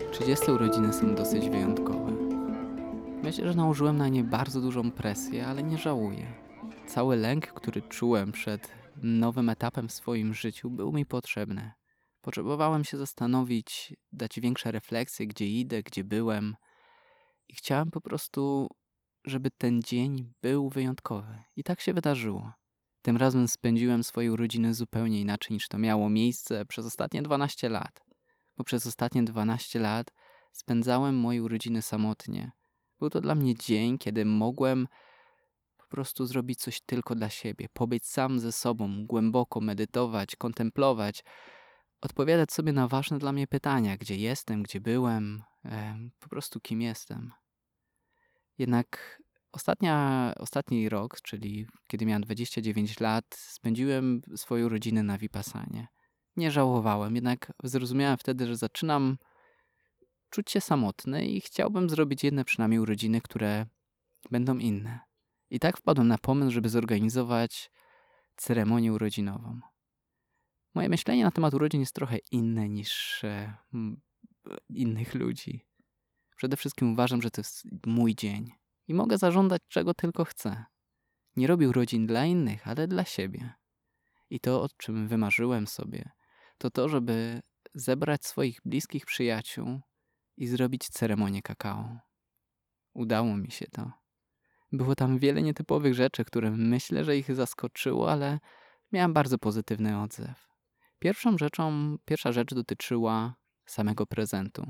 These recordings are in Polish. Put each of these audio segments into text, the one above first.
30 urodziny są dosyć wyjątkowe. Myślę, że nałożyłem na nie bardzo dużą presję, ale nie żałuję. Cały lęk, który czułem przed nowym etapem w swoim życiu, był mi potrzebny. Potrzebowałem się zastanowić, dać większe refleksje, gdzie idę, gdzie byłem. I chciałem po prostu, żeby ten dzień był wyjątkowy. I tak się wydarzyło. Tym razem spędziłem swoje urodziny zupełnie inaczej niż to miało miejsce przez ostatnie 12 lat. Bo przez ostatnie 12 lat spędzałem moje urodziny samotnie. Był to dla mnie dzień, kiedy mogłem po prostu zrobić coś tylko dla siebie, pobyć sam ze sobą, głęboko medytować, kontemplować, odpowiadać sobie na ważne dla mnie pytania, gdzie jestem, gdzie byłem, po prostu kim jestem. Jednak ostatni rok, czyli kiedy miałem 29 lat, spędziłem swoje urodziny na Vipassanie. Nie żałowałem, jednak zrozumiałem wtedy, że zaczynam czuć się samotny i chciałbym zrobić jedne przynajmniej urodziny, które będą inne. I tak wpadłem na pomysł, żeby zorganizować ceremonię urodzinową. Moje myślenie na temat urodzin jest trochę inne niż innych ludzi. Przede wszystkim uważam, że to jest mój dzień i mogę zażądać czego tylko chcę. Nie robię urodzin dla innych, ale dla siebie. I to, o czym wymarzyłem sobie, to, żeby zebrać swoich bliskich przyjaciół i zrobić ceremonię kakao. Udało mi się to. Było tam wiele nietypowych rzeczy, które myślę, że ich zaskoczyło, ale miałem bardzo pozytywny odzew. Pierwsza rzecz dotyczyła samego prezentu.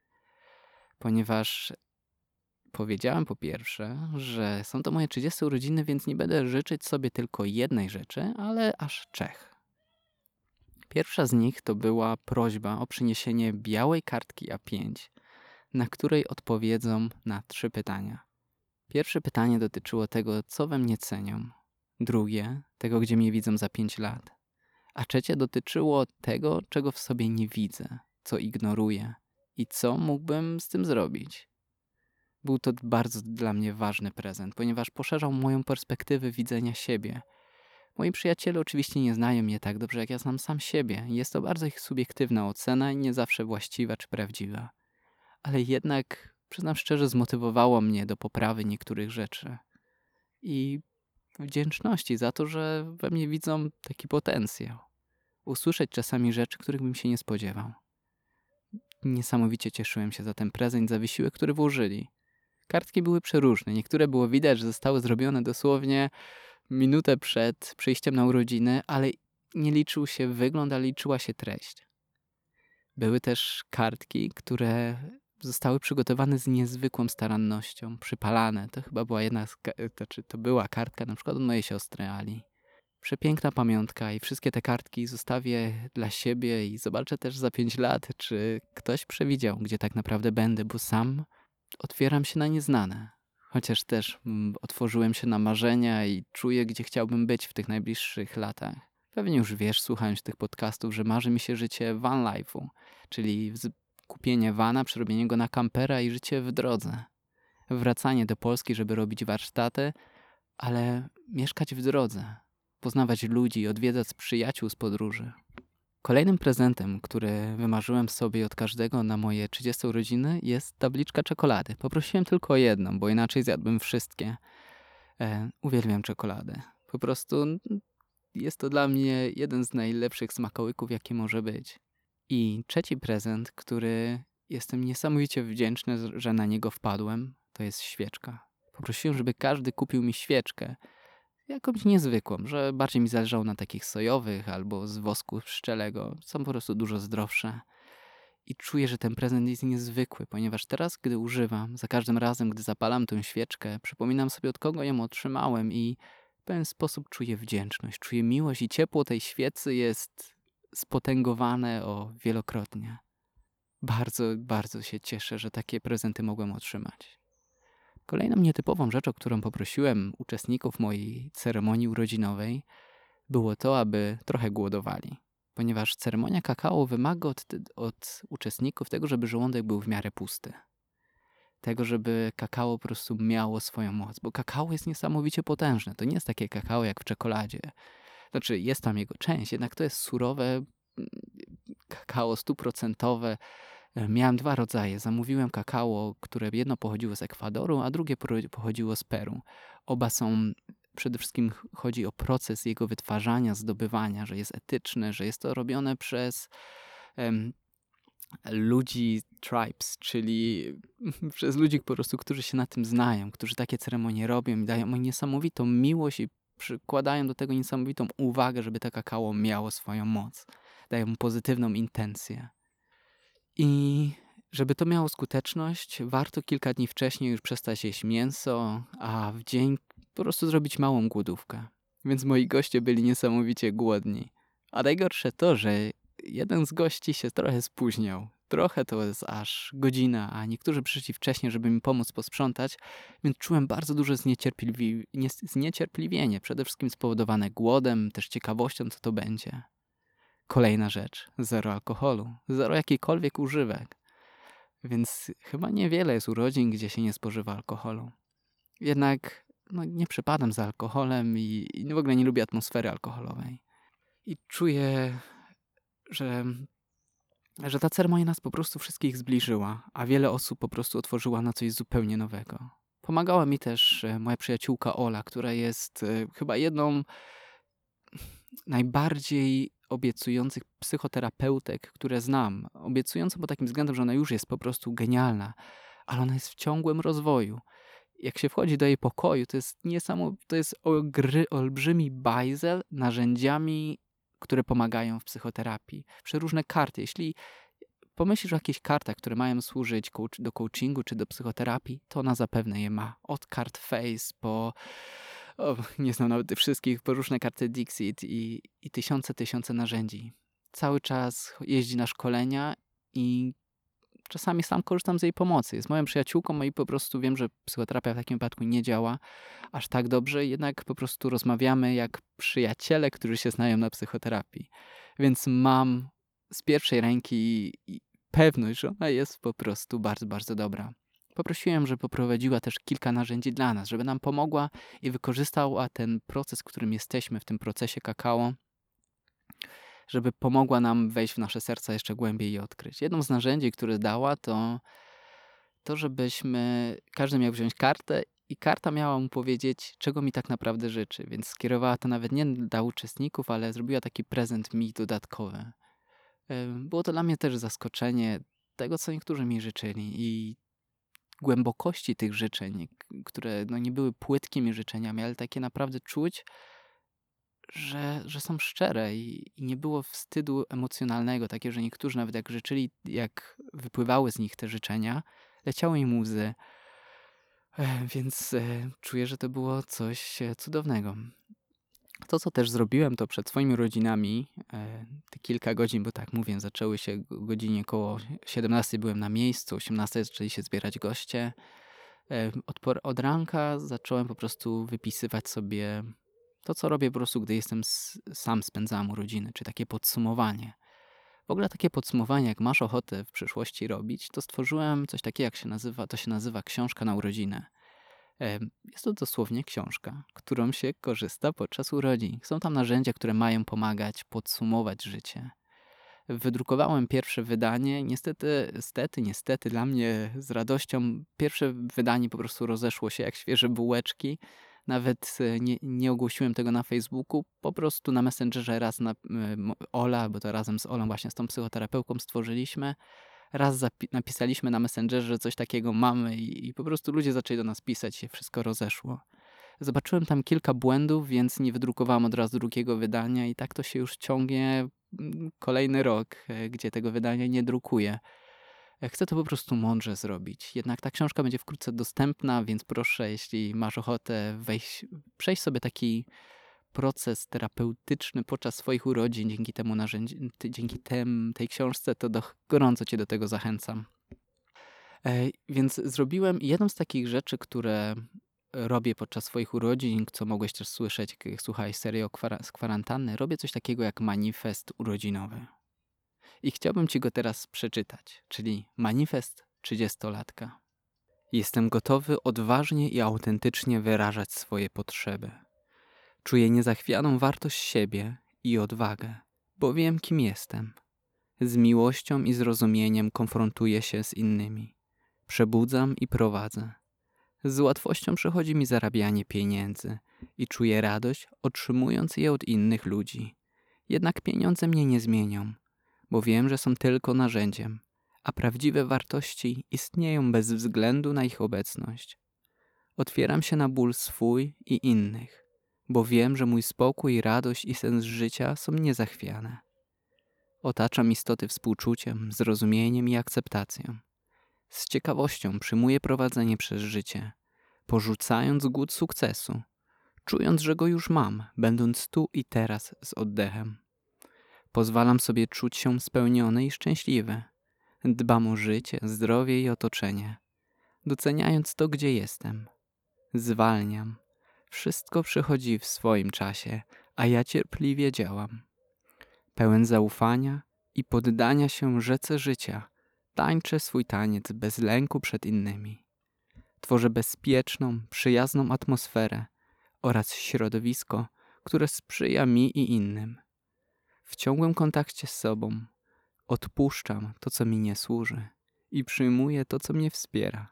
Ponieważ powiedziałem po pierwsze, że są to moje 30 urodziny, więc nie będę życzyć sobie tylko jednej rzeczy, ale aż 3. Pierwsza z nich to była prośba o przyniesienie białej kartki A5, na której odpowiedzą na 3 pytania. Pierwsze pytanie dotyczyło tego, co we mnie cenią. Drugie, tego, gdzie mnie widzą za 5 lat. A trzecie dotyczyło tego, czego w sobie nie widzę, co ignoruję i co mógłbym z tym zrobić. Był to bardzo dla mnie ważny prezent, ponieważ poszerzał moją perspektywę widzenia siebie. Moi przyjaciele oczywiście nie znają mnie tak dobrze, jak ja znam sam siebie. Jest to bardzo ich subiektywna ocena i nie zawsze właściwa czy prawdziwa. Ale jednak, przyznam szczerze, zmotywowało mnie do poprawy niektórych rzeczy. I wdzięczności za to, że we mnie widzą taki potencjał. Usłyszeć czasami rzeczy, których bym się nie spodziewał. Niesamowicie cieszyłem się za ten prezent, za wysiłek, który włożyli. Kartki były przeróżne. Niektóre było widać, że zostały zrobione dosłownie minutę przed przyjściem na urodziny, ale nie liczył się wygląd, ale liczyła się treść. Były też kartki, które zostały przygotowane z niezwykłą starannością, przypalane. To chyba była to była kartka na przykład od mojej siostry Ali. Przepiękna pamiątka i wszystkie te kartki zostawię dla siebie i zobaczę też za 5 lat, czy ktoś przewidział, gdzie tak naprawdę będę, bo sam otwieram się na nieznane. Chociaż też otworzyłem się na marzenia i czuję, gdzie chciałbym być w tych najbliższych latach. Pewnie już wiesz, słuchając tych podcastów, że marzy mi się życie van life'u, czyli kupienie vana, przerobienie go na kampera i życie w drodze. Wracanie do Polski, żeby robić warsztaty, ale mieszkać w drodze, poznawać ludzi, odwiedzać przyjaciół z podróży. Kolejnym prezentem, który wymarzyłem sobie od każdego na moje 30 urodziny, jest tabliczka czekolady. Poprosiłem tylko o jedną, bo inaczej zjadłbym wszystkie. Uwielbiam czekoladę. Po prostu jest to dla mnie jeden z najlepszych smakołyków, jaki może być. I trzeci prezent, który jestem niesamowicie wdzięczny, że na niego wpadłem, to jest świeczka. Poprosiłem, żeby każdy kupił mi świeczkę. Jakąś niezwykłą, że bardziej mi zależało na takich sojowych albo z wosku pszczelego. Są po prostu dużo zdrowsze. I czuję, że ten prezent jest niezwykły, ponieważ teraz, gdy używam, za każdym razem, gdy zapalam tę świeczkę, przypominam sobie, od kogo ją otrzymałem i w pewien sposób czuję wdzięczność, czuję miłość i ciepło tej świecy jest spotęgowane o wielokrotnie. Bardzo, bardzo się cieszę, że takie prezenty mogłem otrzymać. Kolejną nietypową rzeczą, którą poprosiłem uczestników mojej ceremonii urodzinowej, było to, aby trochę głodowali. Ponieważ ceremonia kakao wymaga od uczestników tego, żeby żołądek był w miarę pusty. Tego, żeby kakao po prostu miało swoją moc. Bo kakao jest niesamowicie potężne. To nie jest takie kakao jak w czekoladzie. Znaczy, jest tam jego część, jednak to jest surowe kakao 100%, Miałem 2 rodzaje. Zamówiłem kakao, które jedno pochodziło z Ekwadoru, a drugie pochodziło z Peru. Oba są przede wszystkim chodzi o proces jego wytwarzania, zdobywania, że jest etyczny, że jest to robione przez ludzi tribes, czyli przez ludzi po prostu, którzy się na tym znają, którzy takie ceremonie robią i dają mu niesamowitą miłość i przykładają do tego niesamowitą uwagę, żeby to kakao miało swoją moc. Dają mu pozytywną intencję. I żeby to miało skuteczność, warto kilka dni wcześniej już przestać jeść mięso, a w dzień po prostu zrobić małą głodówkę. Więc moi goście byli niesamowicie głodni. A najgorsze to, że jeden z gości się trochę spóźniał. Trochę to jest aż godzina, a niektórzy przyszli wcześniej, żeby mi pomóc posprzątać, więc czułem bardzo duże zniecierpliwienie, przede wszystkim spowodowane głodem, też ciekawością, co to będzie. Kolejna rzecz, 0 alkoholu, 0 jakichkolwiek używek. Więc chyba niewiele jest urodzin, gdzie się nie spożywa alkoholu. Jednak nie przepadam za alkoholem i w ogóle nie lubię atmosfery alkoholowej. I czuję, że ta ceremonia nas po prostu wszystkich zbliżyła, a wiele osób po prostu otworzyła na coś zupełnie nowego. Pomagała mi też moja przyjaciółka Ola, która jest chyba jedną najbardziej obiecujących psychoterapeutek, które znam. Obiecującą pod takim względem, że ona już jest po prostu genialna, ale ona jest w ciągłym rozwoju. Jak się wchodzi do jej pokoju, to jest to jest olbrzymi bajzel narzędziami, które pomagają w psychoterapii. Przeróżne karty. Jeśli pomyślisz o jakichś kartach, które mają służyć do coachingu czy do psychoterapii, to ona zapewne je ma. Od kart Face po nie znam nawet tych wszystkich, po różne karty Dixit i tysiące narzędzi. Cały czas jeździ na szkolenia i czasami sam korzystam z jej pomocy. Jest moją przyjaciółką i po prostu wiem, że psychoterapia w takim wypadku nie działa aż tak dobrze, jednak po prostu rozmawiamy jak przyjaciele, którzy się znają na psychoterapii. Więc mam z pierwszej ręki pewność, że ona jest po prostu bardzo, bardzo dobra. Poprosiłem, żeby poprowadziła też kilka narzędzi dla nas, żeby nam pomogła i wykorzystała ten proces, w którym jesteśmy, w tym procesie kakao, żeby pomogła nam wejść w nasze serca jeszcze głębiej i odkryć. Jedną z narzędzi, które dała, to żebyśmy, każdy miał wziąć kartę i karta miała mu powiedzieć, czego mi tak naprawdę życzy, więc skierowała to nawet nie dla uczestników, ale zrobiła taki prezent mi dodatkowy. Było to dla mnie też zaskoczenie tego, co niektórzy mi życzyli i głębokości tych życzeń, które nie były płytkimi życzeniami, ale takie naprawdę czuć, że są szczere i nie było wstydu emocjonalnego, takie, że niektórzy nawet jak życzyli, jak wypływały z nich te życzenia, leciały im łzy. Więc czuję, że to było coś cudownego. To, co też zrobiłem, to przed swoimi rodzinami, te kilka godzin, bo tak mówię, zaczęły się godzinie około 17 byłem na miejscu, 18 zaczęli się zbierać goście. Od ranka zacząłem po prostu wypisywać sobie to, co robię po prostu, gdy sam spędzam urodziny, czy takie podsumowanie. W ogóle takie podsumowanie, jak masz ochotę w przyszłości robić, to stworzyłem coś takiego, to się nazywa książka na urodzinę. Jest to dosłownie książka, którą się korzysta podczas urodzin. Są tam narzędzia, które mają pomagać podsumować życie. Wydrukowałem pierwsze wydanie, niestety dla mnie z radością, pierwsze wydanie po prostu rozeszło się jak świeże bułeczki. Nawet nie ogłosiłem tego na Facebooku, po prostu na Messengerze raz Ola, bo to razem z Olą właśnie z tą psychoterapeutką stworzyliśmy, raz napisaliśmy na Messengerze, że coś takiego mamy i po prostu ludzie zaczęli do nas pisać, się wszystko rozeszło. Zobaczyłem tam kilka błędów, więc nie wydrukowałem od razu drugiego wydania i tak to się już ciągnie kolejny rok, gdzie tego wydania nie drukuję. Chcę to po prostu mądrze zrobić. Jednak ta książka będzie wkrótce dostępna, więc proszę, jeśli masz ochotę przejść sobie taki proces terapeutyczny podczas swoich urodzin dzięki tej książce, to gorąco cię do tego zachęcam. Więc zrobiłem jedną z takich rzeczy, które robię podczas swoich urodzin, co mogłeś też słyszeć, jak słuchałeś serii z kwarantanny. Robię coś takiego jak manifest urodzinowy. I chciałbym ci go teraz przeczytać, czyli manifest 30-latka. Jestem gotowy odważnie i autentycznie wyrażać swoje potrzeby. Czuję niezachwianą wartość siebie i odwagę, bo wiem, kim jestem. Z miłością i zrozumieniem konfrontuję się z innymi. Przebudzam i prowadzę. Z łatwością przychodzi mi zarabianie pieniędzy i czuję radość, otrzymując je od innych ludzi. Jednak pieniądze mnie nie zmienią, bo wiem, że są tylko narzędziem, a prawdziwe wartości istnieją bez względu na ich obecność. Otwieram się na ból swój i innych, bo wiem, że mój spokój, radość i sens życia są niezachwiane. Otaczam istoty współczuciem, zrozumieniem i akceptacją. Z ciekawością przyjmuję prowadzenie przez życie, porzucając głód sukcesu, czując, że go już mam, będąc tu i teraz z oddechem. Pozwalam sobie czuć się spełniony i szczęśliwy. Dbam o życie, zdrowie i otoczenie, doceniając to, gdzie jestem. Zwalniam. Wszystko przychodzi w swoim czasie, a ja cierpliwie działam. Pełen zaufania i poddania się rzece życia, tańczę swój taniec bez lęku przed innymi. Tworzę bezpieczną, przyjazną atmosferę oraz środowisko, które sprzyja mi i innym. W ciągłym kontakcie z sobą odpuszczam to, co mi nie służy i przyjmuję to, co mnie wspiera.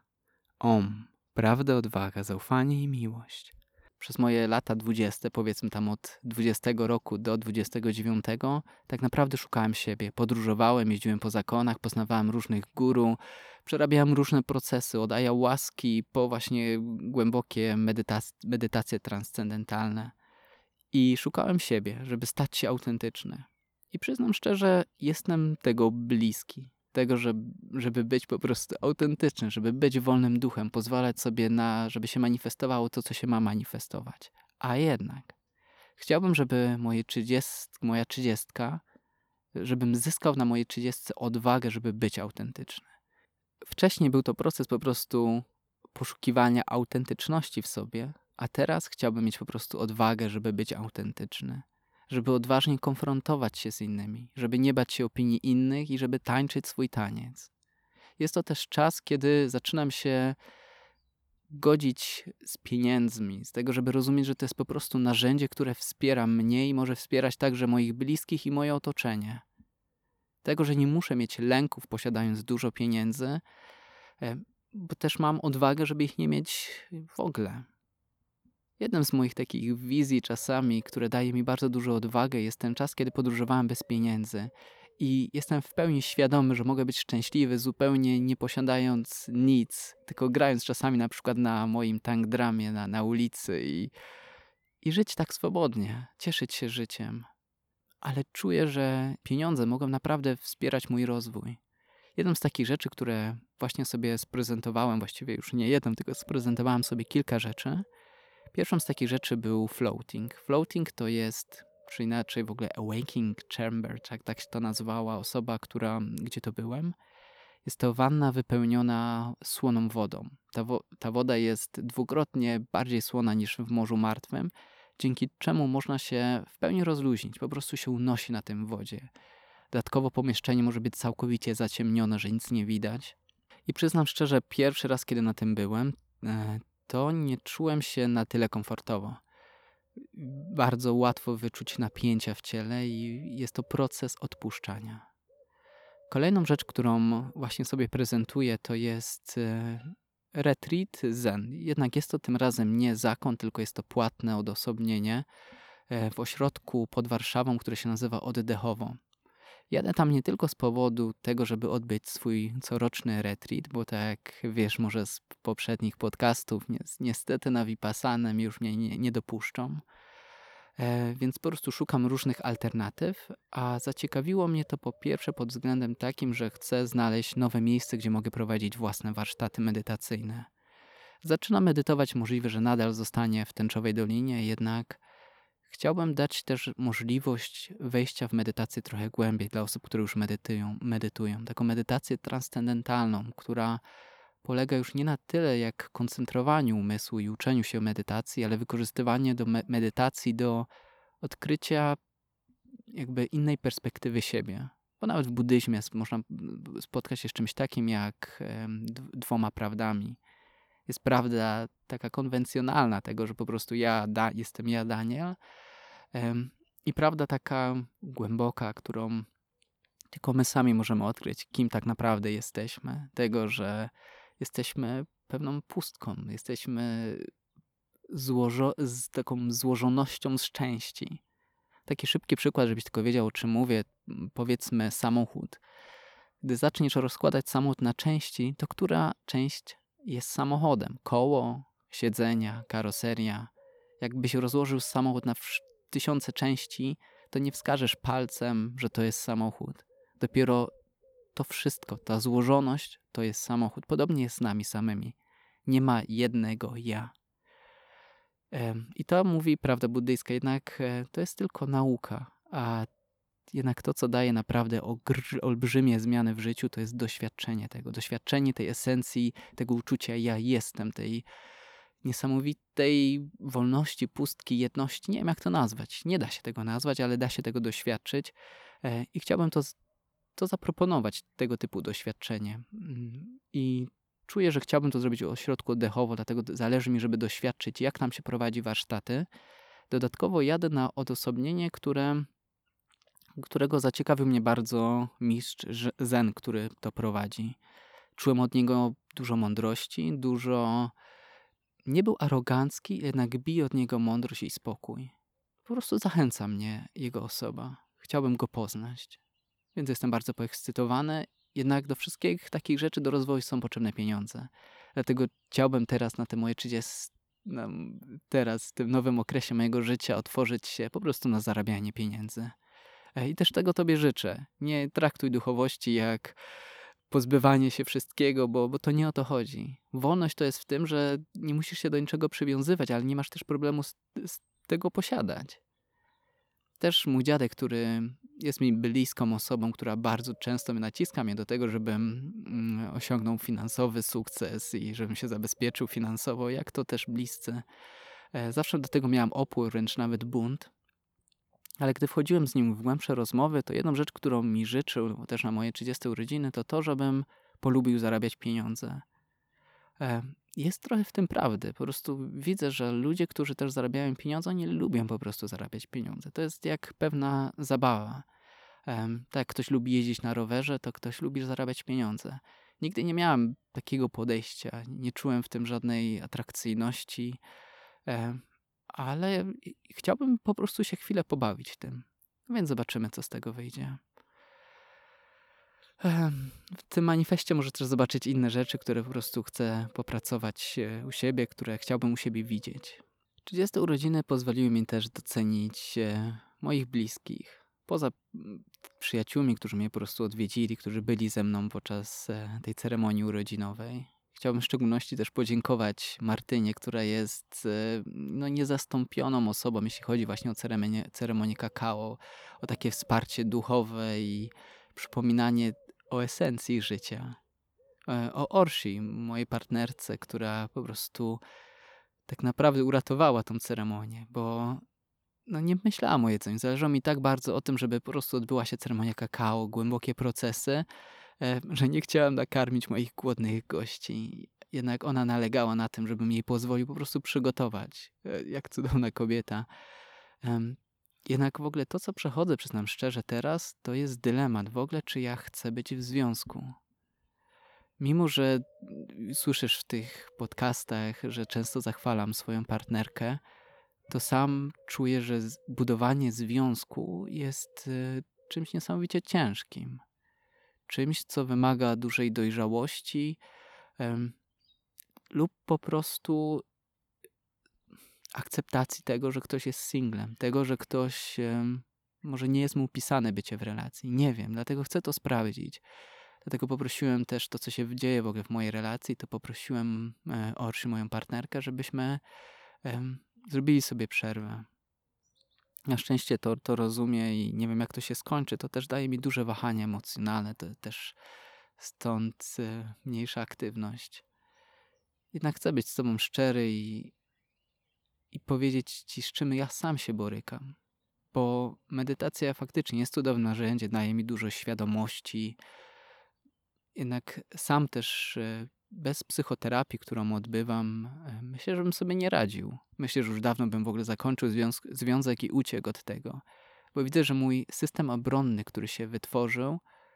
Prawda, odwaga, zaufanie i miłość. Przez moje lata 20, powiedzmy tam od 20 roku do 29, tak naprawdę szukałem siebie. Podróżowałem, jeździłem po zakonach, poznawałem różnych guru, przerabiałem różne procesy, od ayahuaski po właśnie głębokie medytacje transcendentalne. I szukałem siebie, żeby stać się autentyczny. I przyznam szczerze, jestem tego bliski. Tego, żeby być po prostu autentyczny, żeby być wolnym duchem, pozwalać sobie żeby się manifestowało to, co się ma manifestować. A jednak chciałbym, żeby moja 30, żebym zyskał na mojej 30 odwagę, żeby być autentyczny. Wcześniej był to proces po prostu poszukiwania autentyczności w sobie, a teraz chciałbym mieć po prostu odwagę, żeby być autentyczny. Żeby odważnie konfrontować się z innymi, żeby nie bać się opinii innych i żeby tańczyć swój taniec. Jest to też czas, kiedy zaczynam się godzić z pieniędzmi, z tego, żeby rozumieć, że to jest po prostu narzędzie, które wspiera mnie i może wspierać także moich bliskich i moje otoczenie. Tego, że nie muszę mieć lęków posiadając dużo pieniędzy, bo też mam odwagę, żeby ich nie mieć w ogóle. Jednym z moich takich wizji czasami, które daje mi bardzo dużo odwagę, jest ten czas, kiedy podróżowałem bez pieniędzy i jestem w pełni świadomy, że mogę być szczęśliwy zupełnie nie posiadając nic, tylko grając czasami na przykład na moim tank drumie na ulicy i żyć tak swobodnie, cieszyć się życiem. Ale czuję, że pieniądze mogą naprawdę wspierać mój rozwój. Jedną z takich rzeczy, które właśnie sobie sprezentowałem, właściwie już nie jedną, tylko sprezentowałem sobie kilka rzeczy. Pierwszą z takich rzeczy był floating. Floating to jest, czy inaczej w ogóle awakening chamber, tak się to nazwała osoba, gdzie to byłem. Jest to wanna wypełniona słoną wodą. Ta woda jest dwukrotnie bardziej słona niż w Morzu Martwym, dzięki czemu można się w pełni rozluźnić, po prostu się unosi na tym wodzie. Dodatkowo pomieszczenie może być całkowicie zaciemnione, że nic nie widać. I przyznam szczerze, pierwszy raz, kiedy na tym byłem, to nie czułem się na tyle komfortowo. Bardzo łatwo wyczuć napięcia w ciele i jest to proces odpuszczania. Kolejną rzecz, którą właśnie sobie prezentuję, to jest retreat zen. Jednak jest to tym razem nie zakon, tylko jest to płatne odosobnienie w ośrodku pod Warszawą, który się nazywa Oddechowo. Jadę tam nie tylko z powodu tego, żeby odbyć swój coroczny retreat, bo tak jak wiesz może z poprzednich podcastów, niestety na Vipassanę już mnie nie dopuszczą. Więc po prostu szukam różnych alternatyw, a zaciekawiło mnie to po pierwsze pod względem takim, że chcę znaleźć nowe miejsce, gdzie mogę prowadzić własne warsztaty medytacyjne. Zaczynam medytować, możliwe, że nadal zostanie w Tęczowej Dolinie, jednak chciałbym dać też możliwość wejścia w medytację trochę głębiej dla osób, które już medytują. Taką medytację transcendentalną, która polega już nie na tyle jak koncentrowaniu umysłu i uczeniu się medytacji, ale wykorzystywanie do medytacji do odkrycia jakby innej perspektywy siebie. Bo nawet w buddyzmie można spotkać się z czymś takim jak dwoma prawdami. Jest prawda taka konwencjonalna tego, że po prostu jestem ja, Daniel, i prawda taka głęboka, którą Tylko my sami możemy odkryć, kim tak naprawdę jesteśmy. Tego, że jesteśmy pewną pustką. Jesteśmy z taką złożonością z części. Taki szybki przykład, żebyś tylko wiedział, o czym mówię. Powiedzmy samochód. Gdy zaczniesz rozkładać samochód na części, to która część jest samochodem? Koło, siedzenia, karoseria. Jakbyś rozłożył samochód na tysiące części, to nie wskażesz palcem, że to jest samochód. Dopiero to wszystko, ta złożoność to jest samochód. Podobnie jest z nami samymi. Nie ma jednego ja. I to mówi prawda buddyjska, jednak to jest tylko nauka, a jednak to, co daje naprawdę olbrzymie zmiany w życiu, to jest doświadczenie tego. Doświadczenie tej esencji, tego uczucia ja jestem, tej niesamowitej wolności, pustki, jedności. Nie wiem, jak to nazwać. Nie da się tego nazwać, ale da się tego doświadczyć. I chciałbym to zaproponować, tego typu doświadczenie. I czuję, że chciałbym to zrobić w ośrodku oddechowo, dlatego zależy mi, żeby doświadczyć, jak nam się prowadzi warsztaty. Dodatkowo jadę na odosobnienie, którego zaciekawił mnie bardzo mistrz Zen, który to prowadzi. Czułem od niego dużo mądrości, nie był arogancki, jednak bije od niego mądrość i spokój. Po prostu zachęca mnie jego osoba. Chciałbym go poznać. Więc jestem bardzo poekscytowany. Jednak do wszystkich takich rzeczy, do rozwoju są potrzebne pieniądze. Dlatego chciałbym teraz na te moje 30, teraz w tym nowym okresie mojego życia otworzyć się po prostu na zarabianie pieniędzy. I też tego tobie życzę. Nie traktuj duchowości jak pozbywanie się wszystkiego, bo to nie o to chodzi. Wolność to jest w tym, że nie musisz się do niczego przywiązywać, ale nie masz też problemu z tego posiadać. Też mój dziadek, który jest mi bliską osobą, która bardzo często naciska mnie do tego, żebym osiągnął finansowy sukces i żebym się zabezpieczył finansowo, jak to też bliscy. Zawsze do tego miałam opór, wręcz nawet bunt. Ale gdy wchodziłem z nim w głębsze rozmowy, to jedną rzecz, którą mi życzył też na moje 30 urodziny, to, żebym polubił zarabiać pieniądze. Jest trochę w tym prawdy. Po prostu widzę, że ludzie, którzy też zarabiają pieniądze, oni lubią po prostu zarabiać pieniądze. To jest jak pewna zabawa. Tak jak ktoś lubi jeździć na rowerze, to ktoś lubi zarabiać pieniądze. Nigdy nie miałem takiego podejścia. Nie czułem w tym żadnej atrakcyjności. Ale chciałbym po prostu się chwilę pobawić w tym. Więc zobaczymy, co z tego wyjdzie. W tym manifestie może też zobaczyć inne rzeczy, które po prostu chcę popracować u siebie, które chciałbym u siebie widzieć. 30 urodziny pozwoliły mi też docenić moich bliskich. Poza przyjaciółmi, którzy mnie po prostu odwiedzili, którzy byli ze mną podczas tej ceremonii urodzinowej. Chciałbym w szczególności też podziękować Martynie, która jest niezastąpioną osobą, jeśli chodzi właśnie o ceremonię kakao, o takie wsparcie duchowe i przypominanie o esencji życia. O Orsi, mojej partnerce, która po prostu tak naprawdę uratowała tą ceremonię, bo nie myślałam o jedzeniu. Zależało mi tak bardzo o tym, żeby po prostu odbyła się ceremonia kakao, głębokie procesy, że nie chciałam nakarmić moich głodnych gości. Jednak ona nalegała na tym, żebym jej pozwolił po prostu przygotować. Jak cudowna kobieta. Jednak w ogóle to, co przechodzę, przyznam szczerze teraz, to jest dylemat w ogóle, czy ja chcę być w związku. Mimo że słyszysz w tych podcastach, że często zachwalam swoją partnerkę, to sam czuję, że budowanie związku jest czymś niesamowicie ciężkim. Czymś, co wymaga dużej dojrzałości lub po prostu akceptacji tego, że ktoś jest singlem, tego, że ktoś może nie jest mu pisane bycie w relacji. Nie wiem, dlatego chcę to sprawdzić. Dlatego poprosiłem też to, co się dzieje w ogóle w mojej relacji, to poprosiłem Orsi, moją partnerkę, żebyśmy zrobili sobie przerwę. Na szczęście to rozumie i nie wiem, jak to się skończy. To też daje mi duże wahanie emocjonalne, to też stąd mniejsza aktywność. Jednak chcę być z tobą szczery i powiedzieć ci, z czym ja sam się borykam. Bo medytacja faktycznie jest cudowne narzędzie, daje mi dużo świadomości. Jednak sam też bez psychoterapii, którą odbywam, myślę, że bym sobie nie radził. Myślę, że już dawno bym w ogóle zakończył związek i uciekł od tego. Bo widzę, że mój system obronny, który się wytworzył,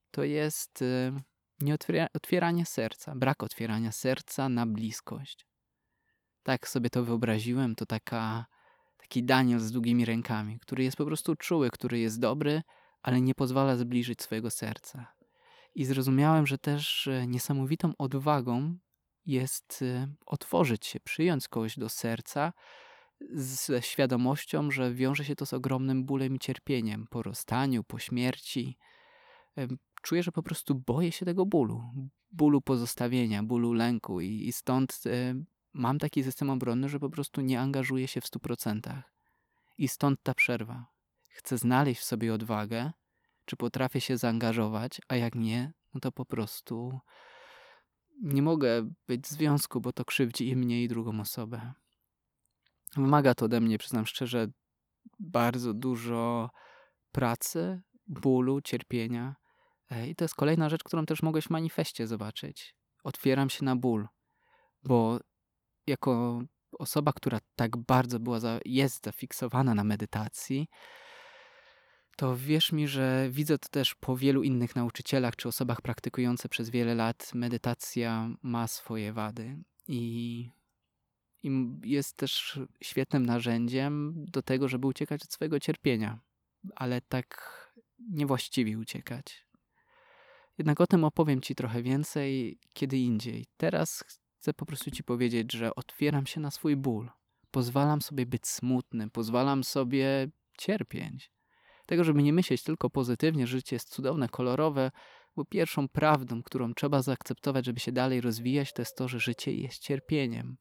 to jest otwieranie serca, brak otwierania serca na bliskość. Tak sobie to wyobraziłem, to taki Daniel z długimi rękami, który jest po prostu czuły, który jest dobry, ale nie pozwala zbliżyć swojego serca. I zrozumiałem, że też niesamowitą odwagą jest otworzyć się, przyjąć kogoś do serca ze świadomością, że wiąże się to z ogromnym bólem i cierpieniem po rozstaniu, po śmierci. Czuję, że po prostu boję się tego bólu pozostawienia, bólu lęku i stąd mam taki system obronny, że po prostu nie angażuję się w 100%. I stąd ta przerwa. Chcę znaleźć w sobie odwagę, czy potrafię się zaangażować, a jak nie, no to po prostu nie mogę być w związku, bo to krzywdzi i mnie, i drugą osobę. Wymaga to ode mnie, przyznam szczerze, bardzo dużo pracy, bólu, cierpienia. I to jest kolejna rzecz, którą też mogłeś w manifestie zobaczyć. Otwieram się na ból, bo jako osoba, która tak bardzo jest zafiksowana na medytacji, to wierz mi, że widzę to też po wielu innych nauczycielach czy osobach praktykujących przez wiele lat. Medytacja ma swoje wady i jest też świetnym narzędziem do tego, żeby uciekać od swojego cierpienia, ale tak niewłaściwie uciekać. Jednak o tym opowiem Ci trochę więcej kiedy indziej. Teraz chcę po prostu Ci powiedzieć, że otwieram się na swój ból. Pozwalam sobie być smutny, pozwalam sobie cierpieć. Tego, żeby nie myśleć tylko pozytywnie, że życie jest cudowne, kolorowe, bo pierwszą prawdą, którą trzeba zaakceptować, żeby się dalej rozwijać, to jest to, że życie jest cierpieniem.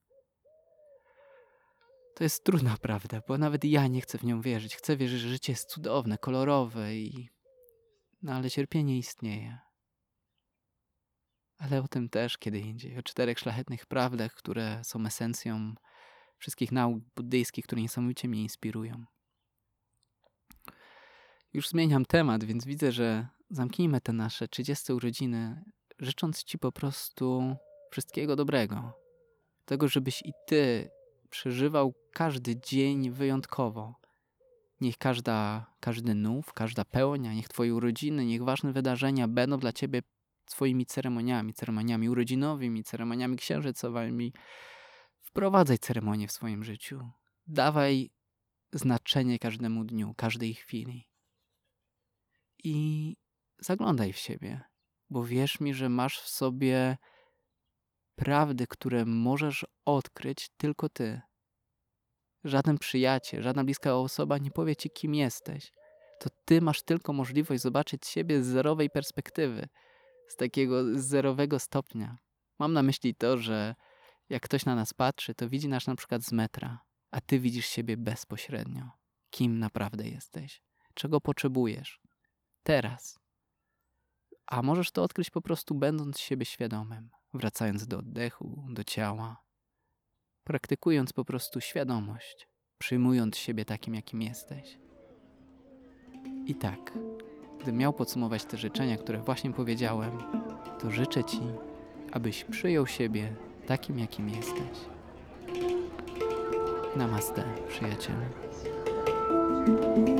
To jest trudna prawda, bo nawet ja nie chcę w nią wierzyć. Chcę wierzyć, że życie jest cudowne, kolorowe no ale cierpienie istnieje. Ale o tym też kiedy indziej. O 4 szlachetnych prawdach, które są esencją wszystkich nauk buddyjskich, które niesamowicie mnie inspirują. Już zmieniam temat, więc widzę, że zamknijmy te nasze 30 urodziny, życząc Ci po prostu wszystkiego dobrego. Tego, żebyś i Ty przeżywał każdy dzień wyjątkowo. Niech każdy nów, każda pełnia, niech Twoje urodziny, niech ważne wydarzenia będą dla Ciebie swoimi ceremoniami urodzinowymi, ceremoniami księżycowymi. Wprowadzaj ceremonię w swoim życiu. Dawaj znaczenie każdemu dniu, każdej chwili. I zaglądaj w siebie, bo wierz mi, że masz w sobie prawdy, które możesz odkryć tylko Ty. Żaden przyjaciel, żadna bliska osoba nie powie Ci, kim jesteś. To Ty masz tylko możliwość zobaczyć siebie z zerowej perspektywy, z takiego zerowego stopnia. Mam na myśli to, że jak ktoś na nas patrzy, to widzi nas na przykład z metra, a Ty widzisz siebie bezpośrednio. Kim naprawdę jesteś? Czego potrzebujesz? Teraz. A możesz to odkryć po prostu będąc siebie świadomym, wracając do oddechu, do ciała, praktykując po prostu świadomość, przyjmując siebie takim, jakim jesteś. I tak, gdybym miał podsumować te życzenia, które właśnie powiedziałem, to życzę Ci, abyś przyjął siebie takim, jakim jesteś. Namaste, przyjacielu.